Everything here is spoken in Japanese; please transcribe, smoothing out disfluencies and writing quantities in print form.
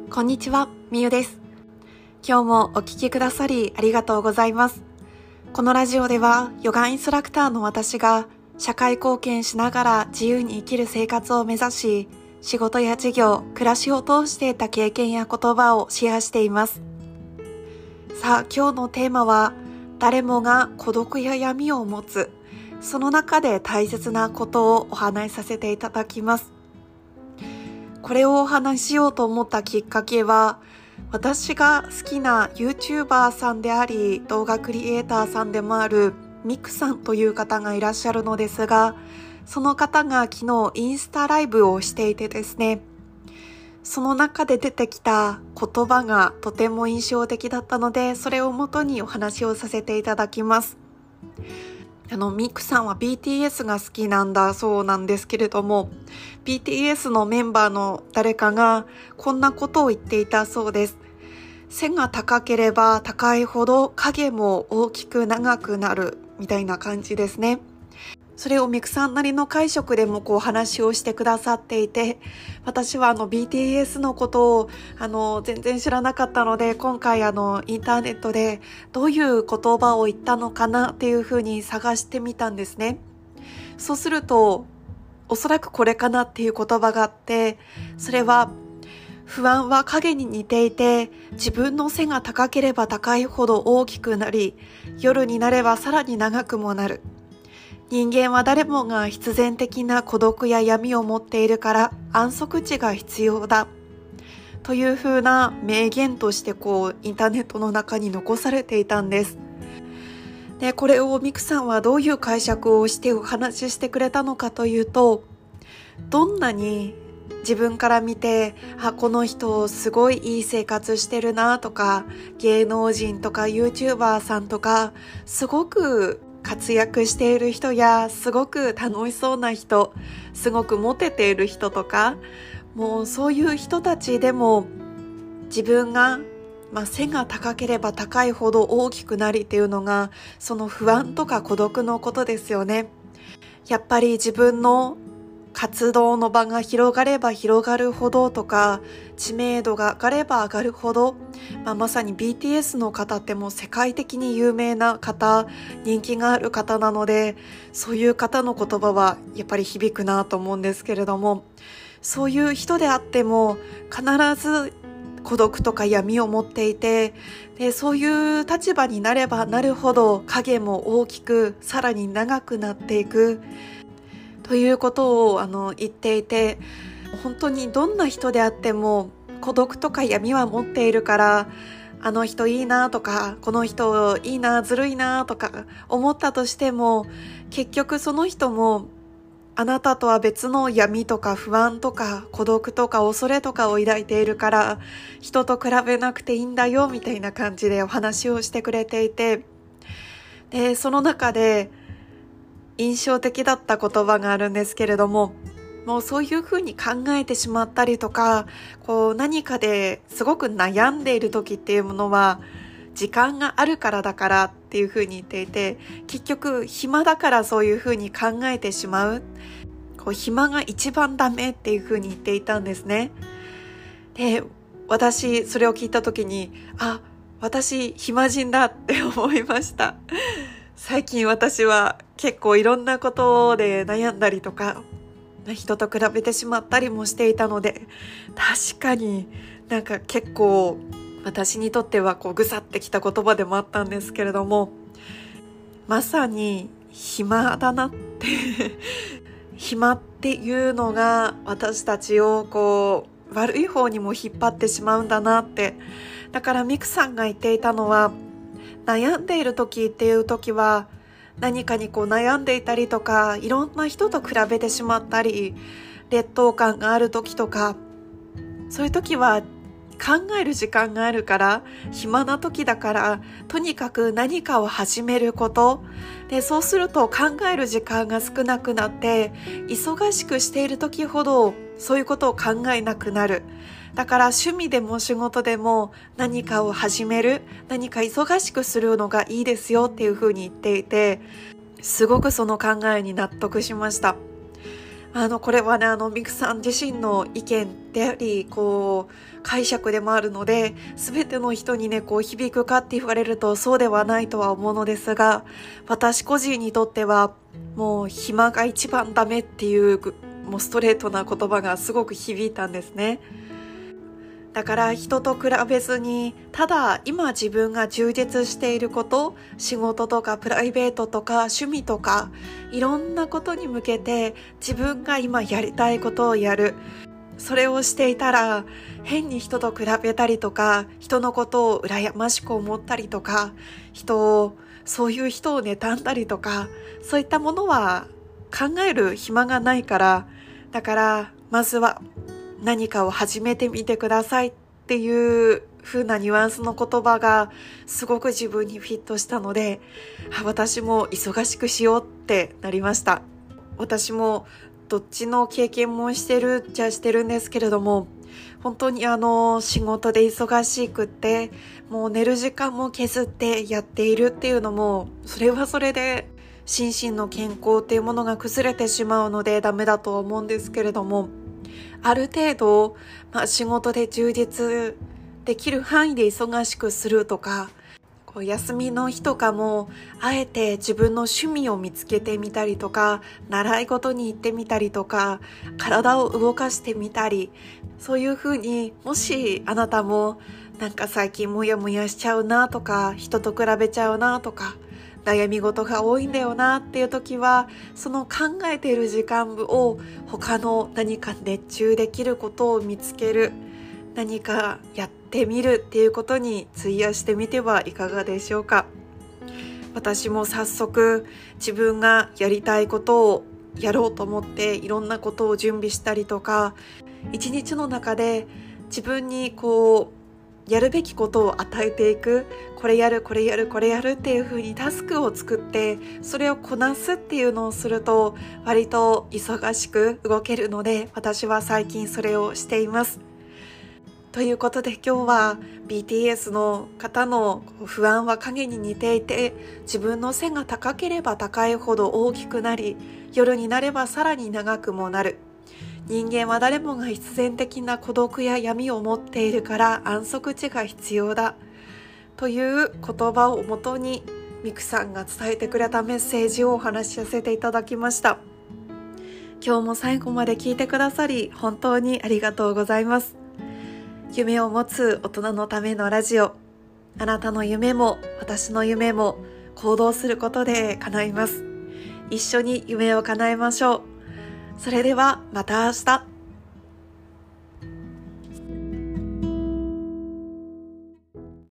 こんにちは、みゆです。今日もお聞きくださりありがとうございます。このラジオではヨガインストラクターの私が社会貢献しながら自由に生きる生活を目指し、仕事や事業、暮らしを通して得た経験や言葉をシェアしています。さあ、今日のテーマは誰もが孤独や闇を持つ、その中で大切なことをお話しさせていただきます。これをお話ししようと思ったきっかけは、私が好きな YouTuber さんであり、動画クリエイターさんでもあるミクさんという方がいらっしゃるのですが、その方が昨日インスタライブをしていてですね、その中で出てきた言葉がとても印象的だったので、それをもとにお話をさせていただきます。ミクさんは BTS が好きなんだそうなんですけれども、BTS のメンバーの誰かがこんなことを言っていたそうです。背が高ければ高いほど影も大きく長くなるみたいな感じですね。それをミクさんなりの解釈でも話をしてくださっていて、私はBTS のことを全然知らなかったので、今回インターネットでどういう言葉を言ったのかなっていうふうに探してみたんですね。そうするとおそらくこれかなっていう言葉があって、それは不安は影に似ていて、自分の背が高ければ高いほど大きくなり、夜になればさらに長くもなる。人間は誰もが必然的な孤独や闇を持っているから安息地が必要だというふうな名言としてインターネットの中に残されていたんです。で、これをミクさんはどういう解釈をしてお話ししてくれたのかというと、どんなに自分から見て、この人すごいいい生活してるなとか、芸能人とか YouTuber さんとかすごく活躍している人やすごく楽しそうな人、すごくモテている人とか、もうそういう人たちでも自分が背が高ければ高いほど大きくなりっていうのが、その不安とか孤独のことですよね。やっぱり自分の活動の場が広がれば広がるほどとか、知名度が上がれば上がるほど、まさに BTS の方ってもう世界的に有名な方、人気がある方なので、そういう方の言葉はやっぱり響くなと思うんですけれども、そういう人であっても必ず孤独とか闇を持っていて、でそういう立場になればなるほど影も大きく、さらに長くなっていくということを言っていて、本当にどんな人であっても孤独とか闇は持っているから、あの人いいなとか、この人いいな、ずるいなとか思ったとしても、結局その人もあなたとは別の闇とか不安とか孤独とか恐れとかを抱いているから、人と比べなくていいんだよみたいな感じでお話をしてくれていて、でその中で印象的だった言葉があるんですけれども、もうそういうふうに考えてしまったりとか、何かですごく悩んでいる時っていうものは時間があるからだからっていうふうに言っていて、結局暇だからそういうふうに考えてしまう、暇が一番ダメっていうふうに言っていたんですね。で、私それを聞いた時に、私暇人だって思いました。最近私は結構いろんなことで悩んだりとか、人と比べてしまったりもしていたので、確かに結構私にとってはぐさってきた言葉でもあったんですけれども、まさに暇だなって暇っていうのが私たちを悪い方にも引っ張ってしまうんだなって。だからミクさんが言っていたのは、悩んでいる時っていう時は、何かに悩んでいたりとか、いろんな人と比べてしまったり、劣等感がある時とか、そういう時は考える時間があるから、暇な時だから、とにかく何かを始めることで、そうすると考える時間が少なくなって、忙しくしている時ほどそういうことを考えなくなる。だから趣味でも仕事でも何かを始める、何か忙しくするのがいいですよっていうふうに言っていて、すごくその考えに納得しました。 これはね、ミクさん自身の意見であり、解釈でもあるので、すべての人にね、響くかって言われるとそうではないとは思うのですが、私個人にとっては、もう暇が一番ダメっていう、もうストレートな言葉がすごく響いたんですね。だから人と比べずに、ただ今自分が充実していること、仕事とかプライベートとか趣味とか、いろんなことに向けて自分が今やりたいことをやる。それをしていたら、変に人と比べたりとか、人のことを羨ましく思ったりとか、そういう人を妬んだりとか、そういったものは考える暇がないから、だからまずは何かを始めてみてくださいっていう風なニュアンスの言葉がすごく自分にフィットしたので、私も忙しくしようってなりました。私もどっちの経験もしてるっちゃしてるんですけれども、本当に仕事で忙しくって、もう寝る時間も削ってやっているっていうのも、それはそれで心身の健康っていうものが崩れてしまうのでダメだとは思うんですけれども、ある程度、仕事で充実できる範囲で忙しくするとか、休みの日とかもあえて自分の趣味を見つけてみたりとか、習い事に行ってみたりとか、体を動かしてみたり、そういうふうに、もしあなたもなんか最近モヤモヤしちゃうなとか、人と比べちゃうなとか、悩み事が多いんだよなっていう時は、その考えている時間を他の何か熱中できることを見つける、何かやってみるっていうことに費やしてみてはいかがでしょうか。私も早速自分がやりたいことをやろうと思っていろんなことを準備したりとか、一日の中で自分にやるべきことを与えていく、これやるこれやるこれやるっていう風にタスクを作ってそれをこなすっていうのをすると割と忙しく動けるので、私は最近それをしています。ということで今日は BTS の方の不安は影に似ていて、自分の背が高ければ高いほど大きくなり、夜になればさらに長くもなる。人間は誰もが必然的な孤独や闇を持っているから安息地が必要だという言葉をもとにミクさんが伝えてくれたメッセージをお話しさせていただきました。今日も最後まで聞いてくださり本当にありがとうございます。夢を持つ大人のためのラジオ、あなたの夢も私の夢も行動することで叶います。一緒に夢を叶えましょう。それではまた明日。